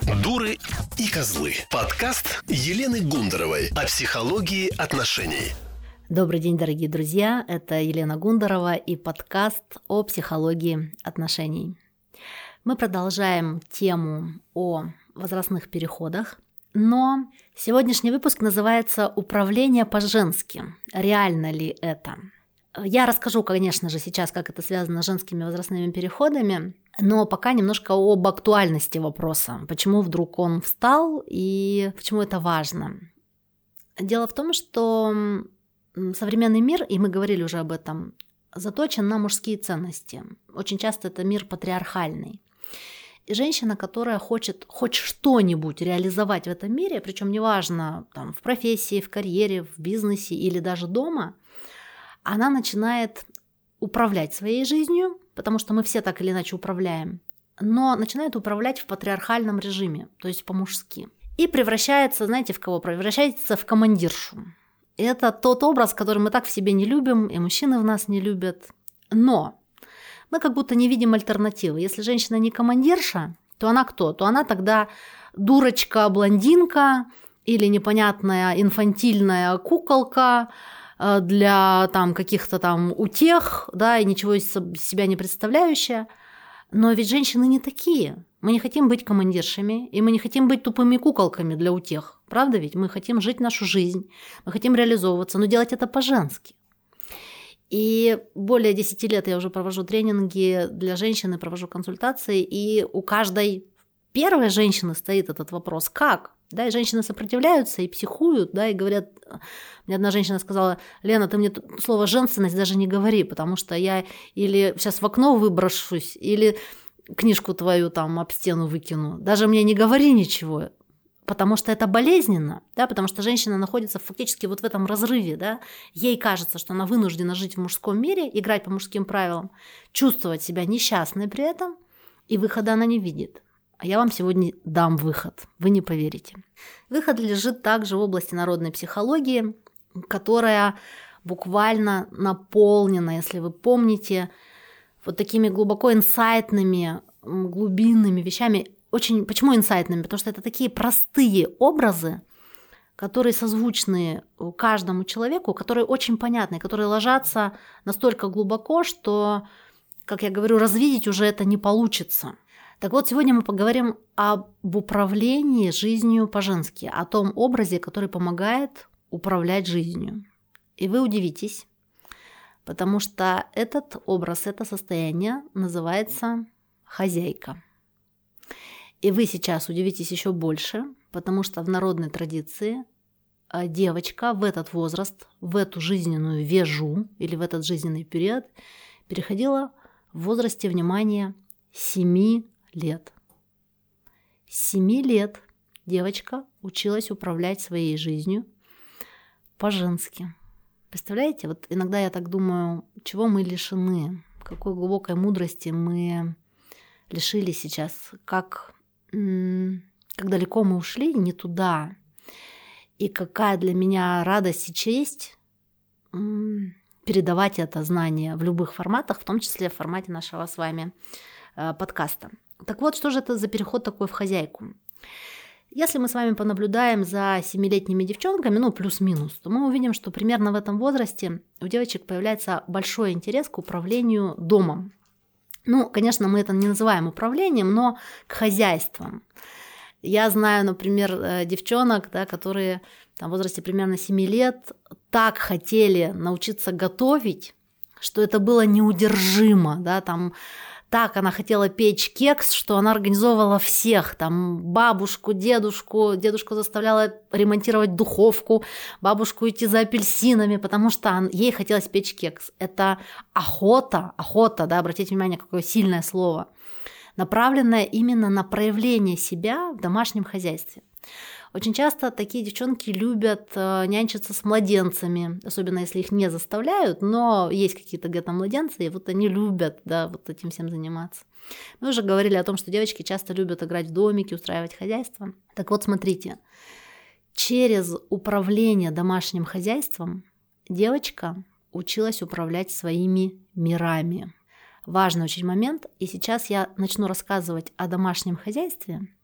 Дуры и козлы. Подкаст Елены Гундаровой о психологии отношений. Добрый день, дорогие друзья. Это Елена Гундарова и подкаст о психологии отношений. Мы продолжаем тему о возрастных переходах, но сегодняшний выпуск называется «Управление по-женски». Реально ли это? Я расскажу, конечно же, сейчас, как это связано с женскими возрастными переходами, но пока немножко об актуальности вопроса, почему вдруг он встал и почему это важно. Дело в том, что современный мир, и мы говорили уже об этом, заточен на мужские ценности. Очень часто это мир патриархальный. И женщина, которая хочет хоть что-нибудь реализовать в этом мире, причем неважно, там, в профессии, в карьере, в бизнесе или даже дома, она начинает управлять своей жизнью, потому что мы все так или иначе управляем, но начинает управлять в патриархальном режиме, то есть по-мужски. И превращается, знаете, в кого? Превращается в командиршу. Это тот образ, который мы так в себе не любим, и мужчины в нас не любят. Но мы как будто не видим альтернативы. Если женщина не командирша, то она кто? То она тогда дурочка-блондинка или непонятная инфантильная куколка для там, каких-то там утех, да, и ничего из себя не представляющая. Но ведь женщины не такие. Мы не хотим быть командиршами, и мы не хотим быть тупыми куколками для утех. Правда ведь? Мы хотим жить нашу жизнь, мы хотим реализовываться, но делать это по-женски. И более 10 лет я уже провожу тренинги для женщин и провожу консультации, и у каждой первой женщины стоит этот вопрос «как?». Да, и женщины сопротивляются и психуют, да, и говорят, мне одна женщина сказала: Лена, ты мне слово «женственность» даже не говори, потому что я или сейчас в окно выброшусь, или книжку твою там об стену выкину. Даже мне не говори ничего, потому что это болезненно, да, потому что женщина находится фактически вот в этом разрыве, да, ей кажется, что она вынуждена жить в мужском мире, играть по мужским правилам, чувствовать себя несчастной при этом, и выхода она не видит. А я вам сегодня дам выход, вы не поверите. Выход лежит также в области народной психологии, которая буквально наполнена, если вы помните, вот такими глубоко инсайтными, глубинными вещами. Почему инсайтными? Потому что это такие простые образы, которые созвучны каждому человеку, которые очень понятны, которые ложатся настолько глубоко, что, как я говорю, развидеть уже это не получится. Так вот, сегодня мы поговорим об управлении жизнью по-женски, о том образе, который помогает управлять жизнью. И вы удивитесь, потому что этот образ, это состояние называется хозяйка. И вы сейчас удивитесь еще больше, потому что в народной традиции девочка в этот возраст, в эту жизненную вежу или в этот жизненный период переходила в возрасте, внимания, 7 лет. С 7 лет девочка училась управлять своей жизнью по-женски. Представляете, вот иногда я так думаю, чего мы лишены, какой глубокой мудрости мы лишились сейчас, как далеко мы ушли не туда, и какая для меня радость и честь передавать это знание в любых форматах, в том числе в формате нашего с вами подкаста. Так вот, что же это за переход такой в хозяйку? Если мы с вами понаблюдаем за 7-летними девчонками, ну, плюс-минус, то мы увидим, что примерно в этом возрасте у девочек появляется большой интерес к управлению домом. Ну, конечно, мы это не называем управлением, но к хозяйствам. Я знаю, например, девчонок, да, которые там, в возрасте примерно 7 лет так хотели научиться готовить, что это было неудержимо, да, там так она хотела печь кекс, что она организовывала всех, там бабушку, дедушку заставляла ремонтировать духовку, бабушку идти за апельсинами, потому что ей хотелось печь кекс. Это охота, да, обратите внимание, какое сильное слово, направленное именно на проявление себя в домашнем хозяйстве. Очень часто такие девчонки любят нянчиться с младенцами, особенно если их не заставляют, но есть какие-то где-то младенцы, и вот они любят, да, вот этим всем заниматься. Мы уже говорили о том, что девочки часто любят играть в домики, устраивать хозяйство. Так вот, смотрите, через управление домашним хозяйством девочка училась управлять своими мирами. Важный очень момент, и сейчас я начну рассказывать о домашнем хозяйстве,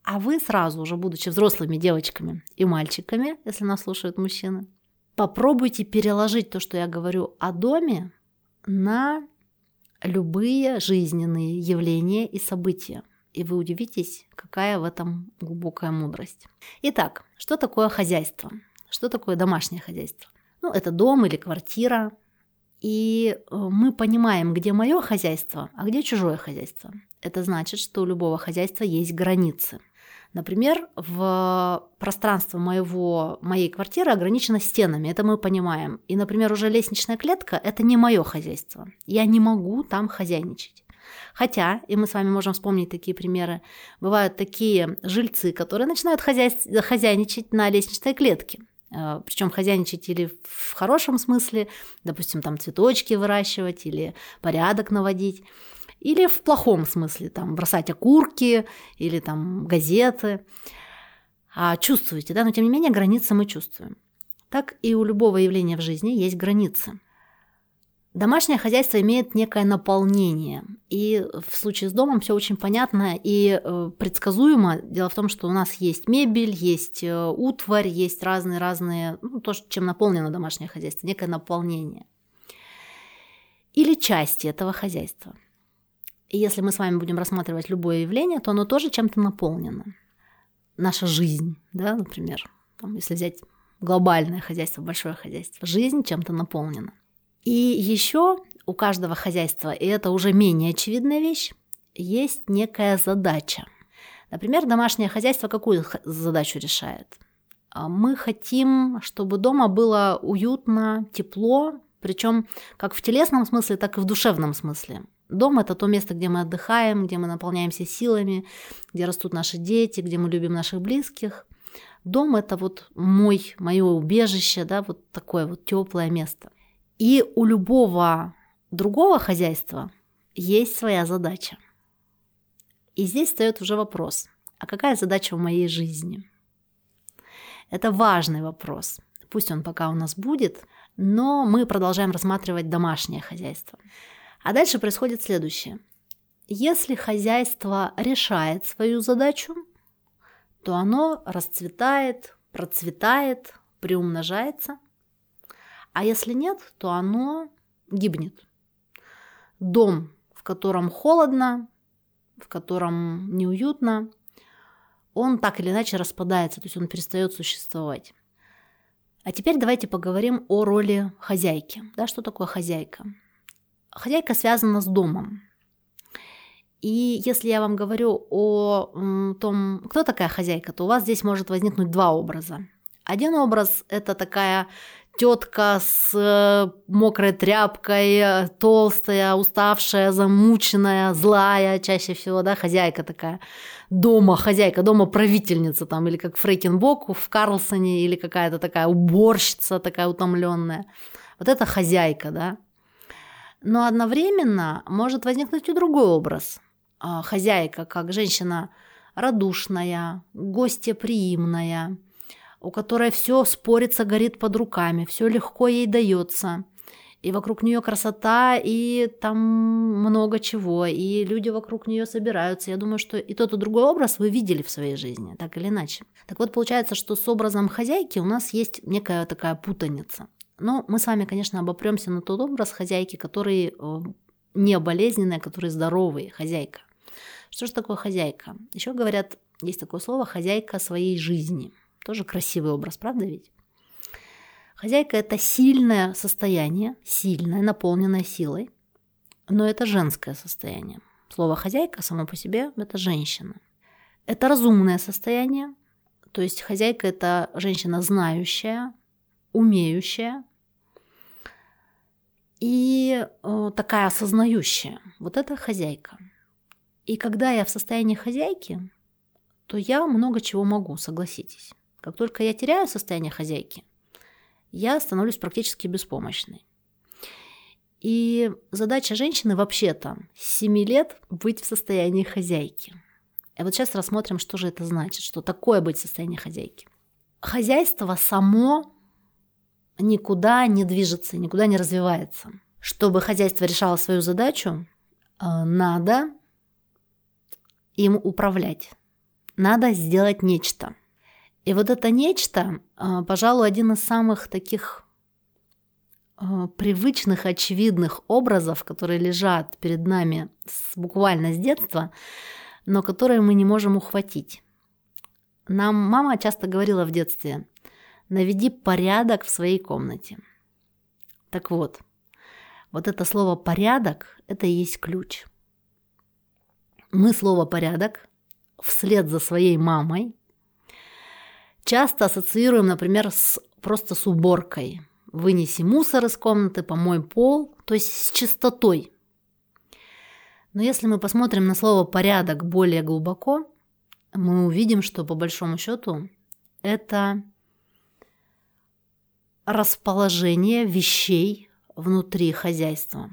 А вы сразу уже, будучи взрослыми девочками и мальчиками, если нас слушают мужчины, попробуйте переложить то, что я говорю о доме, на любые жизненные явления и события. И вы удивитесь, какая в этом глубокая мудрость. Итак, что такое хозяйство? Что такое домашнее хозяйство? Это дом или квартира. И мы понимаем, где мое хозяйство, а где чужое хозяйство. Это значит, что у любого хозяйства есть границы. Например, в пространство моей квартиры ограничено стенами, это мы понимаем. И, например, уже лестничная клетка – это не мое хозяйство. Я не могу там хозяйничать. Хотя, и мы с вами можем вспомнить такие примеры, бывают такие жильцы, которые начинают хозяйничать на лестничной клетке. Причем хозяйничать или в хорошем смысле, допустим, там цветочки выращивать или порядок наводить, или в плохом смысле, там бросать окурки или там газеты. Чувствуете, да? Но тем не менее границы мы чувствуем. Так и у любого явления в жизни есть границы. Домашнее хозяйство имеет некое наполнение. И в случае с домом все очень понятно и предсказуемо. Дело в том, что у нас есть мебель, есть утварь, есть разные, то, чем наполнено домашнее хозяйство, некое наполнение. Или части этого хозяйства. И если мы с вами будем рассматривать любое явление, то оно тоже чем-то наполнено. Наша жизнь, да, например, если взять глобальное хозяйство, большое хозяйство, жизнь чем-то наполнена. И еще у каждого хозяйства, и это уже менее очевидная вещь, есть некая задача. Например, домашнее хозяйство какую задачу решает? Мы хотим, чтобы дома было уютно, тепло, причем как в телесном смысле, так и в душевном смысле. Дом – это то место, где мы отдыхаем, где мы наполняемся силами, где растут наши дети, где мы любим наших близких. Дом – это мое убежище, да, такое теплое место. И у любого другого хозяйства есть своя задача. И здесь встает уже вопрос, а какая задача в моей жизни? Это важный вопрос. Пусть он пока у нас будет, но мы продолжаем рассматривать домашнее хозяйство. А дальше происходит следующее. Если хозяйство решает свою задачу, то оно расцветает, процветает, приумножается. А если нет, то оно гибнет. Дом, в котором холодно, в котором неуютно, он так или иначе распадается, то есть он перестает существовать. А теперь давайте поговорим о роли хозяйки. Да, что такое хозяйка? Хозяйка связана с домом. И если я вам говорю о том, кто такая хозяйка, то у вас здесь может возникнуть два образа. Один образ – это такая тетка с мокрой тряпкой, толстая, уставшая, замученная, злая, чаще всего, да, хозяйка такая дома, хозяйка, дома правительница, там, или как Фрейкенбок в Карлсоне, или какая-то такая уборщица, такая утомленная. Вот это хозяйка, да. Но одновременно может возникнуть и другой образ. Хозяйка как женщина радушная, гостеприимная, у которой все спорится, горит под руками, все легко ей дается. И вокруг нее красота, и там много чего, и люди вокруг нее собираются. Я думаю, что и тот, и другой образ вы видели в своей жизни, так или иначе. Так вот, получается, что с образом хозяйки у нас есть некая такая путаница. Но мы с вами, конечно, обопремся на тот образ хозяйки, который не болезненный, который здоровый, хозяйка. Что же такое хозяйка? Еще говорят, есть такое слово «хозяйка своей жизни». Тоже красивый образ, правда ведь? Хозяйка – это сильное состояние, сильное, наполненное силой, но это женское состояние. Слово «хозяйка» само по себе – это женщина. Это разумное состояние, то есть хозяйка – это женщина знающая, умеющая и такая осознающая. Вот это хозяйка. И когда я в состоянии хозяйки, то я много чего могу, согласитесь. Как только я теряю состояние хозяйки, я становлюсь практически беспомощной. И задача женщины вообще-то с 7 лет быть в состоянии хозяйки. И вот сейчас рассмотрим, что же это значит, что такое быть в состоянии хозяйки. Хозяйство само никуда не движется, никуда не развивается. Чтобы хозяйство решало свою задачу, надо им управлять. надо сделать нечто. И вот это нечто, пожалуй, один из самых таких привычных, очевидных образов, которые лежат перед нами буквально с детства, но которые мы не можем ухватить. Нам мама часто говорила в детстве: наведи порядок в своей комнате. Так вот это слово «порядок» – это и есть ключ. Мы слово «порядок» вслед за своей мамой часто ассоциируем, например, просто с уборкой. Вынеси мусор из комнаты, помой пол, то есть с чистотой. Но если мы посмотрим на слово «порядок» более глубоко, мы увидим, что по большому счету это расположение вещей внутри хозяйства.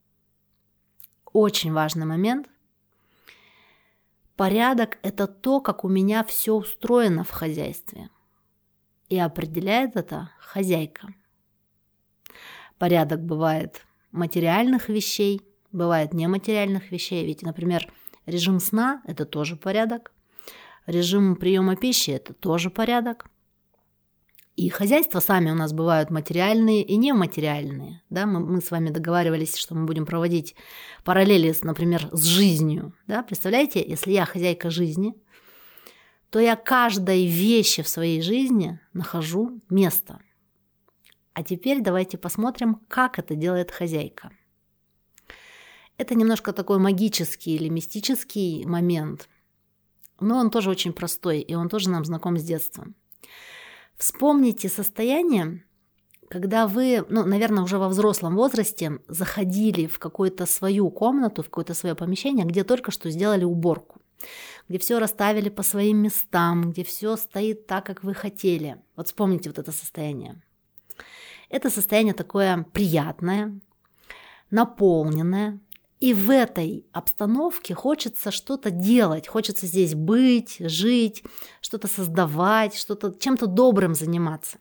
Очень важный момент. Порядок – это то, как у меня все устроено в хозяйстве. И определяет это хозяйка. Порядок бывает материальных вещей, бывает нематериальных вещей. Ведь, например, режим сна – это тоже порядок. Режим приема пищи – это тоже порядок. И хозяйства сами у нас бывают материальные и нематериальные. Да? Мы с вами договаривались, что мы будем проводить параллели, например, с жизнью. Да? Представляете, если я хозяйка жизни, то я каждой вещи в своей жизни нахожу место. А теперь давайте посмотрим, как это делает хозяйка. Это немножко такой магический или мистический момент, но он тоже очень простой, и он тоже нам знаком с детства. Вспомните состояние, когда вы, наверное, уже во взрослом возрасте заходили в какую-то свою комнату, в какое-то свое помещение, где только что сделали уборку, где все расставили по своим местам, где все стоит так, как вы хотели. Вот вспомните вот это состояние. Это состояние такое приятное, наполненное. И в этой обстановке хочется что-то делать, хочется здесь быть, жить, что-то создавать, чем-то добрым заниматься.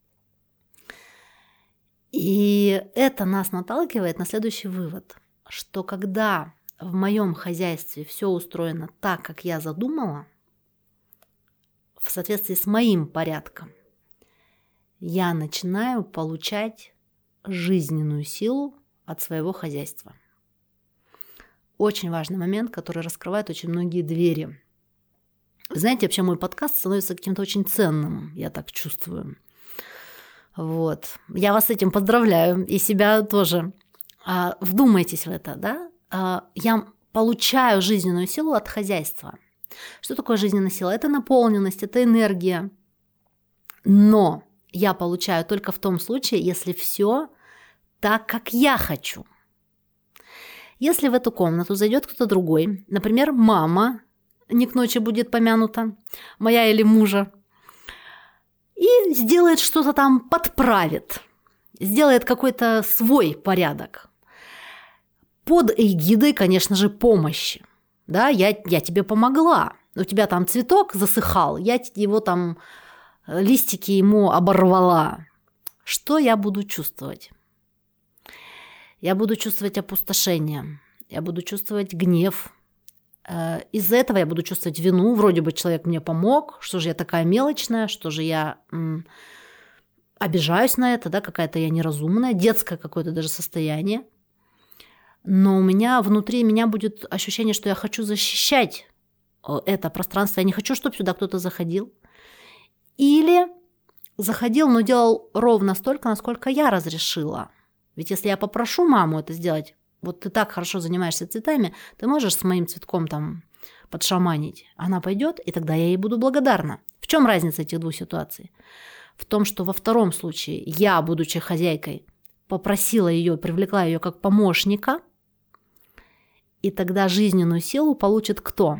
И это нас наталкивает на следующий вывод, что когда в моем хозяйстве все устроено так, как я задумала, в соответствии с моим порядком, я начинаю получать жизненную силу от своего хозяйства. Очень важный момент, который раскрывает очень многие двери. Вы знаете, вообще мой подкаст становится каким-то очень ценным, я так чувствую. Вот. Я вас с этим поздравляю, и себя тоже. Вдумайтесь в это, да? Я получаю жизненную силу от хозяйства. Что такое жизненная сила? Это наполненность, это энергия. Но я получаю только в том случае, если все так, как я хочу. Если в эту комнату зайдет кто-то другой, например, мама, не к ночи будет помянута, моя или мужа, и сделает что-то там, подправит, сделает какой-то свой порядок, под эгидой, конечно же, помощи. Да, я тебе помогла, у тебя там цветок засыхал, я его там, листики ему оборвала. Что я буду чувствовать? Я буду чувствовать опустошение, я буду чувствовать гнев. Из-за этого я буду чувствовать вину. Вроде бы человек мне помог, что же я такая мелочная, что же я обижаюсь на это, да, какая-то я неразумная, детское какое-то даже состояние. Но у меня внутри меня будет ощущение, что я хочу защищать это пространство. Я не хочу, чтобы сюда кто-то заходил. Или заходил, но делал ровно столько, насколько я разрешила. Ведь если я попрошу маму это сделать, вот ты так хорошо занимаешься цветами, ты можешь с моим цветком там подшаманить. Она пойдет, и тогда я ей буду благодарна. В чем разница этих двух ситуаций? В том, что во втором случае я, будучи хозяйкой, попросила ее, привлекла ее как помощника, и тогда жизненную силу получит кто?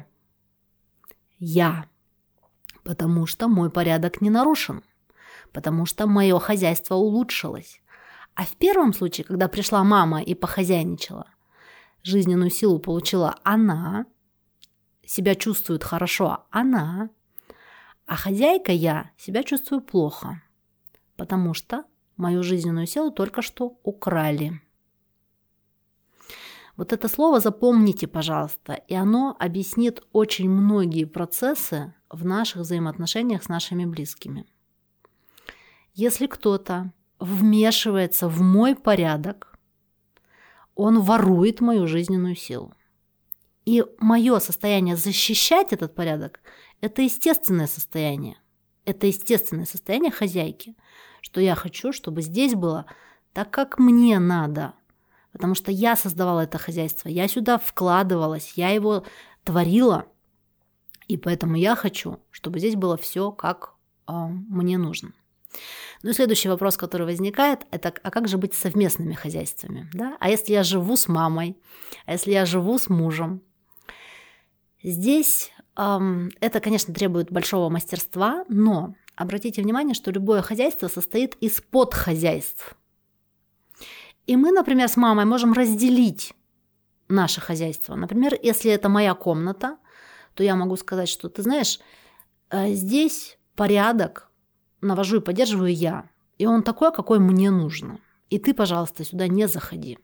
Я. Потому что мой порядок не нарушен, потому что мое хозяйство улучшилось. А в первом случае, когда пришла мама и похозяйничала, жизненную силу получила она, себя чувствует хорошо она, а хозяйка я себя чувствую плохо, потому что мою жизненную силу только что украли. Вот это слово запомните, пожалуйста, и оно объяснит очень многие процессы в наших взаимоотношениях с нашими близкими. Если кто-то вмешивается в мой порядок, он ворует мою жизненную силу. И мое состояние защищать этот порядок – это естественное состояние. Это естественное состояние хозяйки, что я хочу, чтобы здесь было так, как мне надо. Потому что я создавала это хозяйство, я сюда вкладывалась, я его творила. И поэтому я хочу, чтобы здесь было все, как мне нужно. Ну и следующий вопрос, который возникает, это а как же быть с совместными хозяйствами? Да? А если я живу с мамой, а если я живу с мужем? Здесь это, конечно, требует большого мастерства, но обратите внимание, что любое хозяйство состоит из подхозяйств. И мы, например, с мамой можем разделить наше хозяйство. Например, если это моя комната, то я могу сказать, что, ты знаешь, здесь порядок навожу и поддерживаю я. И он такой, какой мне нужно. И ты, пожалуйста, сюда не заходи.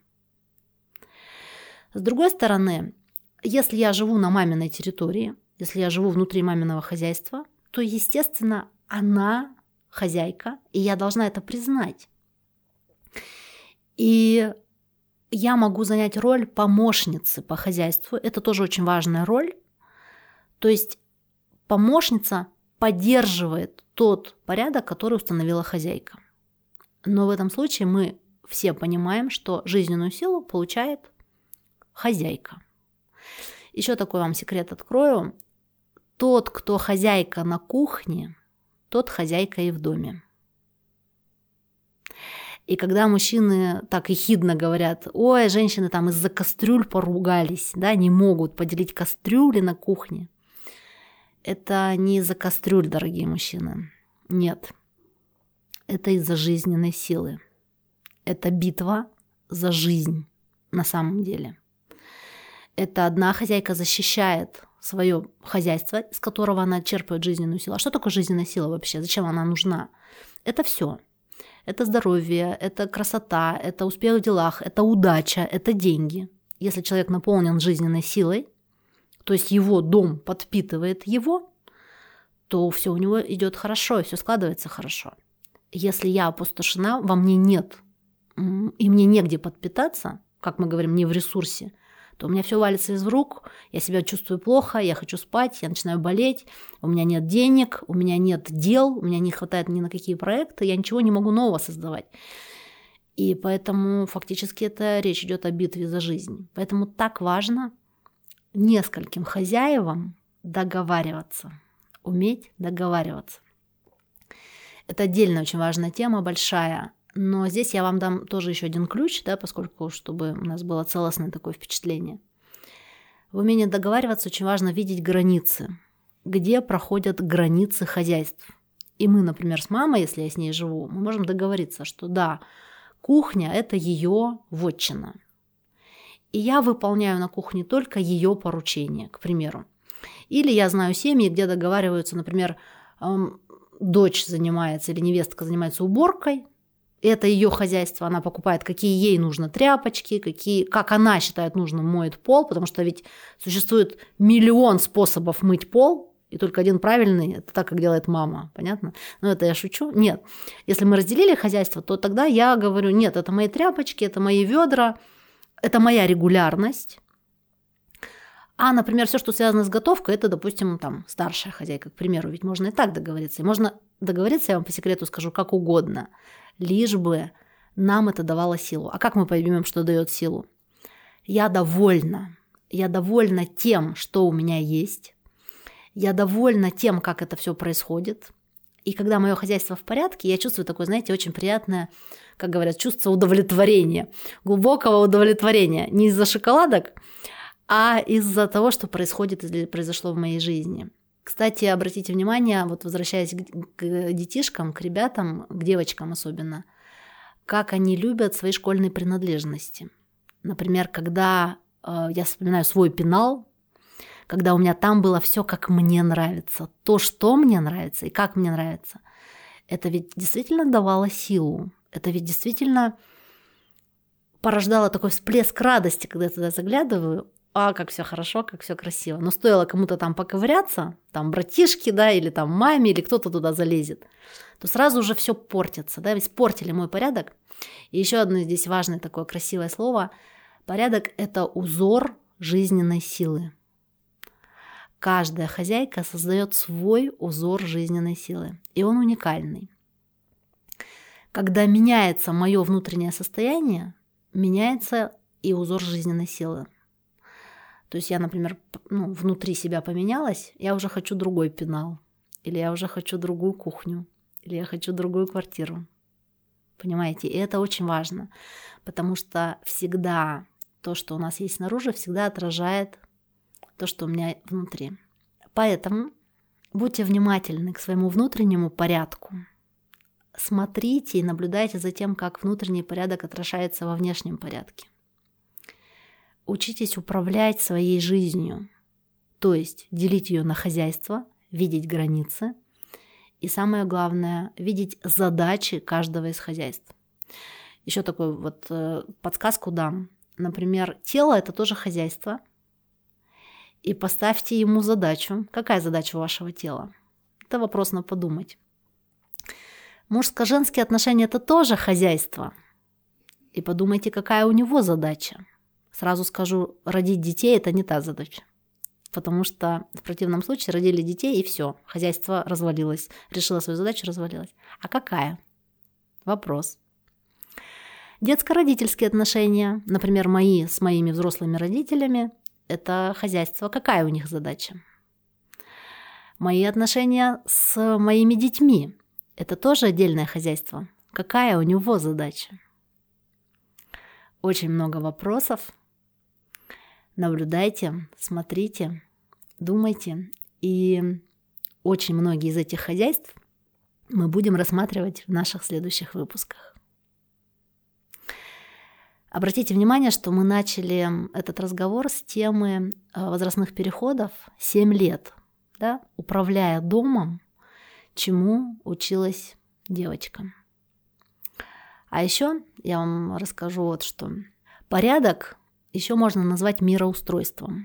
С другой стороны, если я живу на маминой территории, если я живу внутри маминого хозяйства, то, естественно, она хозяйка, и я должна это признать. И я могу занять роль помощницы по хозяйству. Это тоже очень важная роль. То есть помощница поддерживает тот порядок, который установила хозяйка. Но в этом случае мы все понимаем, что жизненную силу получает хозяйка. Еще такой вам секрет открою. Тот, кто хозяйка на кухне, тот хозяйка и в доме. И когда мужчины так ехидно говорят, ой, женщины там из-за кастрюль поругались, да, не могут поделить кастрюли на кухне. Это не из-за кастрюль, дорогие мужчины. Нет. Это из-за жизненной силы. Это битва за жизнь на самом деле. Это одна хозяйка защищает свое хозяйство, из которого она черпает жизненную силу. А что такое жизненная сила вообще? Зачем она нужна? Это все. Это здоровье, это красота, это успех в делах, это удача, это деньги. Если человек наполнен жизненной силой, то есть его дом подпитывает его, то все у него идет хорошо, и все складывается хорошо. Если я опустошена, во мне нет, и мне негде подпитаться, как мы говорим, не в ресурсе, то у меня все валится из рук, я себя чувствую плохо, я хочу спать, я начинаю болеть, у меня нет денег, у меня нет дел, у меня не хватает ни на какие проекты, я ничего не могу нового создавать. И поэтому фактически это речь идет о битве за жизнь. Поэтому так важно нескольким хозяевам договариваться, уметь договариваться. Это отдельная очень важная тема, большая. Но здесь я вам дам тоже еще один ключ, да, поскольку, чтобы у нас было целостное такое впечатление. В умении договариваться очень важно видеть границы, где проходят границы хозяйств. И мы, например, с мамой, если я с ней живу, мы можем договориться, что да, кухня – это ее вотчина. И я выполняю на кухне только ее поручения, к примеру. Или я знаю семьи, где договариваются, например, дочь занимается или невестка занимается уборкой, это ее хозяйство, она покупает, какие ей нужно тряпочки, как она считает нужным, моет пол, потому что ведь существует миллион способов мыть пол, и только один правильный – это так, как делает мама, понятно? Но это я шучу. Нет, если мы разделили хозяйство, то тогда я говорю, нет, это мои тряпочки, это мои ведра, это моя регулярность. А, например, все, что связано с готовкой, это, допустим, там, старшая хозяйка, к примеру, ведь можно и так договориться. И можно договориться, я вам по секрету скажу, как угодно, лишь бы нам это давало силу. А как мы поймем, что дает силу? Я довольна тем, что у меня есть. Я довольна тем, как это все происходит. И когда мое хозяйство в порядке, я чувствую такое, знаете, очень приятное, как говорят, чувство удовлетворения, глубокого удовлетворения. Не из-за шоколадок, а из-за того, что происходит или произошло в моей жизни. Кстати, обратите внимание, вот возвращаясь к детишкам, к ребятам, к девочкам особенно, как они любят свои школьные принадлежности. Например, когда я вспоминаю свой пенал, когда у меня там было все, как мне нравится, то, что мне нравится и как мне нравится, это ведь действительно давало силу, это ведь действительно порождало такой всплеск радости, когда я туда заглядываю. Как все хорошо, как все красиво. Но стоило кому-то там поковыряться, там братишки, да, или там маме, или кто-то туда залезет, то сразу уже все портится, да, испортили мой порядок. И еще одно здесь важное такое красивое слово. Порядок – это узор жизненной силы. Каждая хозяйка создает свой узор жизненной силы, и он уникальный. Когда меняется мое внутреннее состояние, меняется и узор жизненной силы. То есть я, например, внутри себя поменялась, я уже хочу другой пенал, или я уже хочу другую кухню, или я хочу другую квартиру. Понимаете? И это очень важно, потому что всегда то, что у нас есть снаружи, всегда отражает то, что у меня внутри. Поэтому будьте внимательны к своему внутреннему порядку. Смотрите и наблюдайте за тем, как внутренний порядок отражается во внешнем порядке. Учитесь управлять своей жизнью, то есть делить ее на хозяйство, видеть границы и, самое главное, видеть задачи каждого из хозяйств. Еще такую вот подсказку дам. Например, тело – это тоже хозяйство. И поставьте ему задачу. Какая задача у вашего тела? Это вопрос на подумать. Мужско-женские отношения – это тоже хозяйство. И подумайте, какая у него задача. Сразу скажу, родить детей – это не та задача. Потому что в противном случае родили детей, и все, хозяйство развалилось. Решило свою задачу, развалилось. А какая? Вопрос. Детско-родительские отношения, например, мои с моими взрослыми родителями – это хозяйство. Какая у них задача? Мои отношения с моими детьми – это тоже отдельное хозяйство. Какая у него задача? Очень много вопросов. Наблюдайте, смотрите, думайте. И очень многие из этих хозяйств мы будем рассматривать в наших следующих выпусках. Обратите внимание, что мы начали этот разговор с темы возрастных переходов 7 лет, да, управляя домом, чему училась девочка. А еще я вам расскажу вот что. Порядок еще можно назвать мироустройством.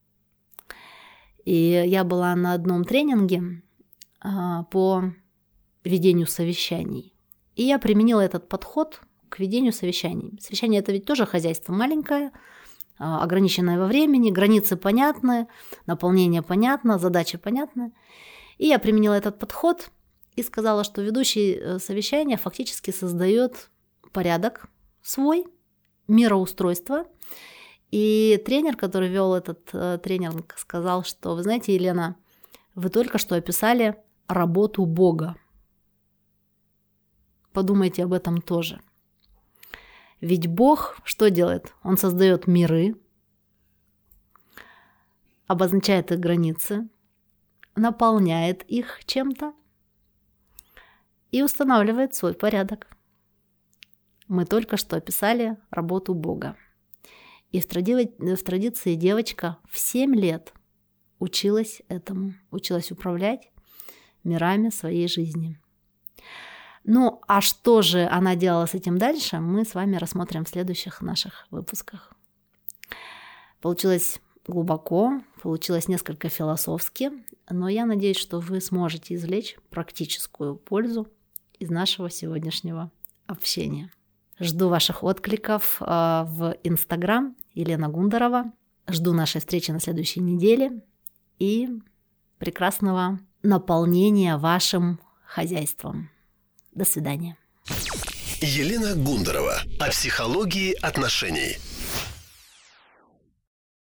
И я была на одном тренинге по ведению совещаний. И я применила этот подход к ведению совещаний. Совещание – это ведь тоже хозяйство маленькое, ограниченное во времени, границы понятны, наполнение понятно, задача понятна. И я применила этот подход и сказала, что ведущий совещания фактически создает порядок свой, мироустройство. И тренер, который вел этот тренинг, сказал, что, вы знаете, Елена, вы только что описали работу Бога. Подумайте об этом тоже. Ведь Бог что делает? Он создает миры, обозначает их границы, наполняет их чем-то и устанавливает свой порядок. Мы только что описали работу Бога. И в традиции девочка в 7 лет училась этому, училась управлять мирами своей жизни. Ну, а что же она делала с этим дальше, мы с вами рассмотрим в следующих наших выпусках. Получилось глубоко, получилось несколько философски, но я надеюсь, что вы сможете извлечь практическую пользу из нашего сегодняшнего общения. Жду ваших откликов в Инстаграм Елена Гундарова. Жду нашей встречи на следующей неделе и прекрасного наполнения вашим хозяйством. До свидания. Елена Гундарова о психологии отношений.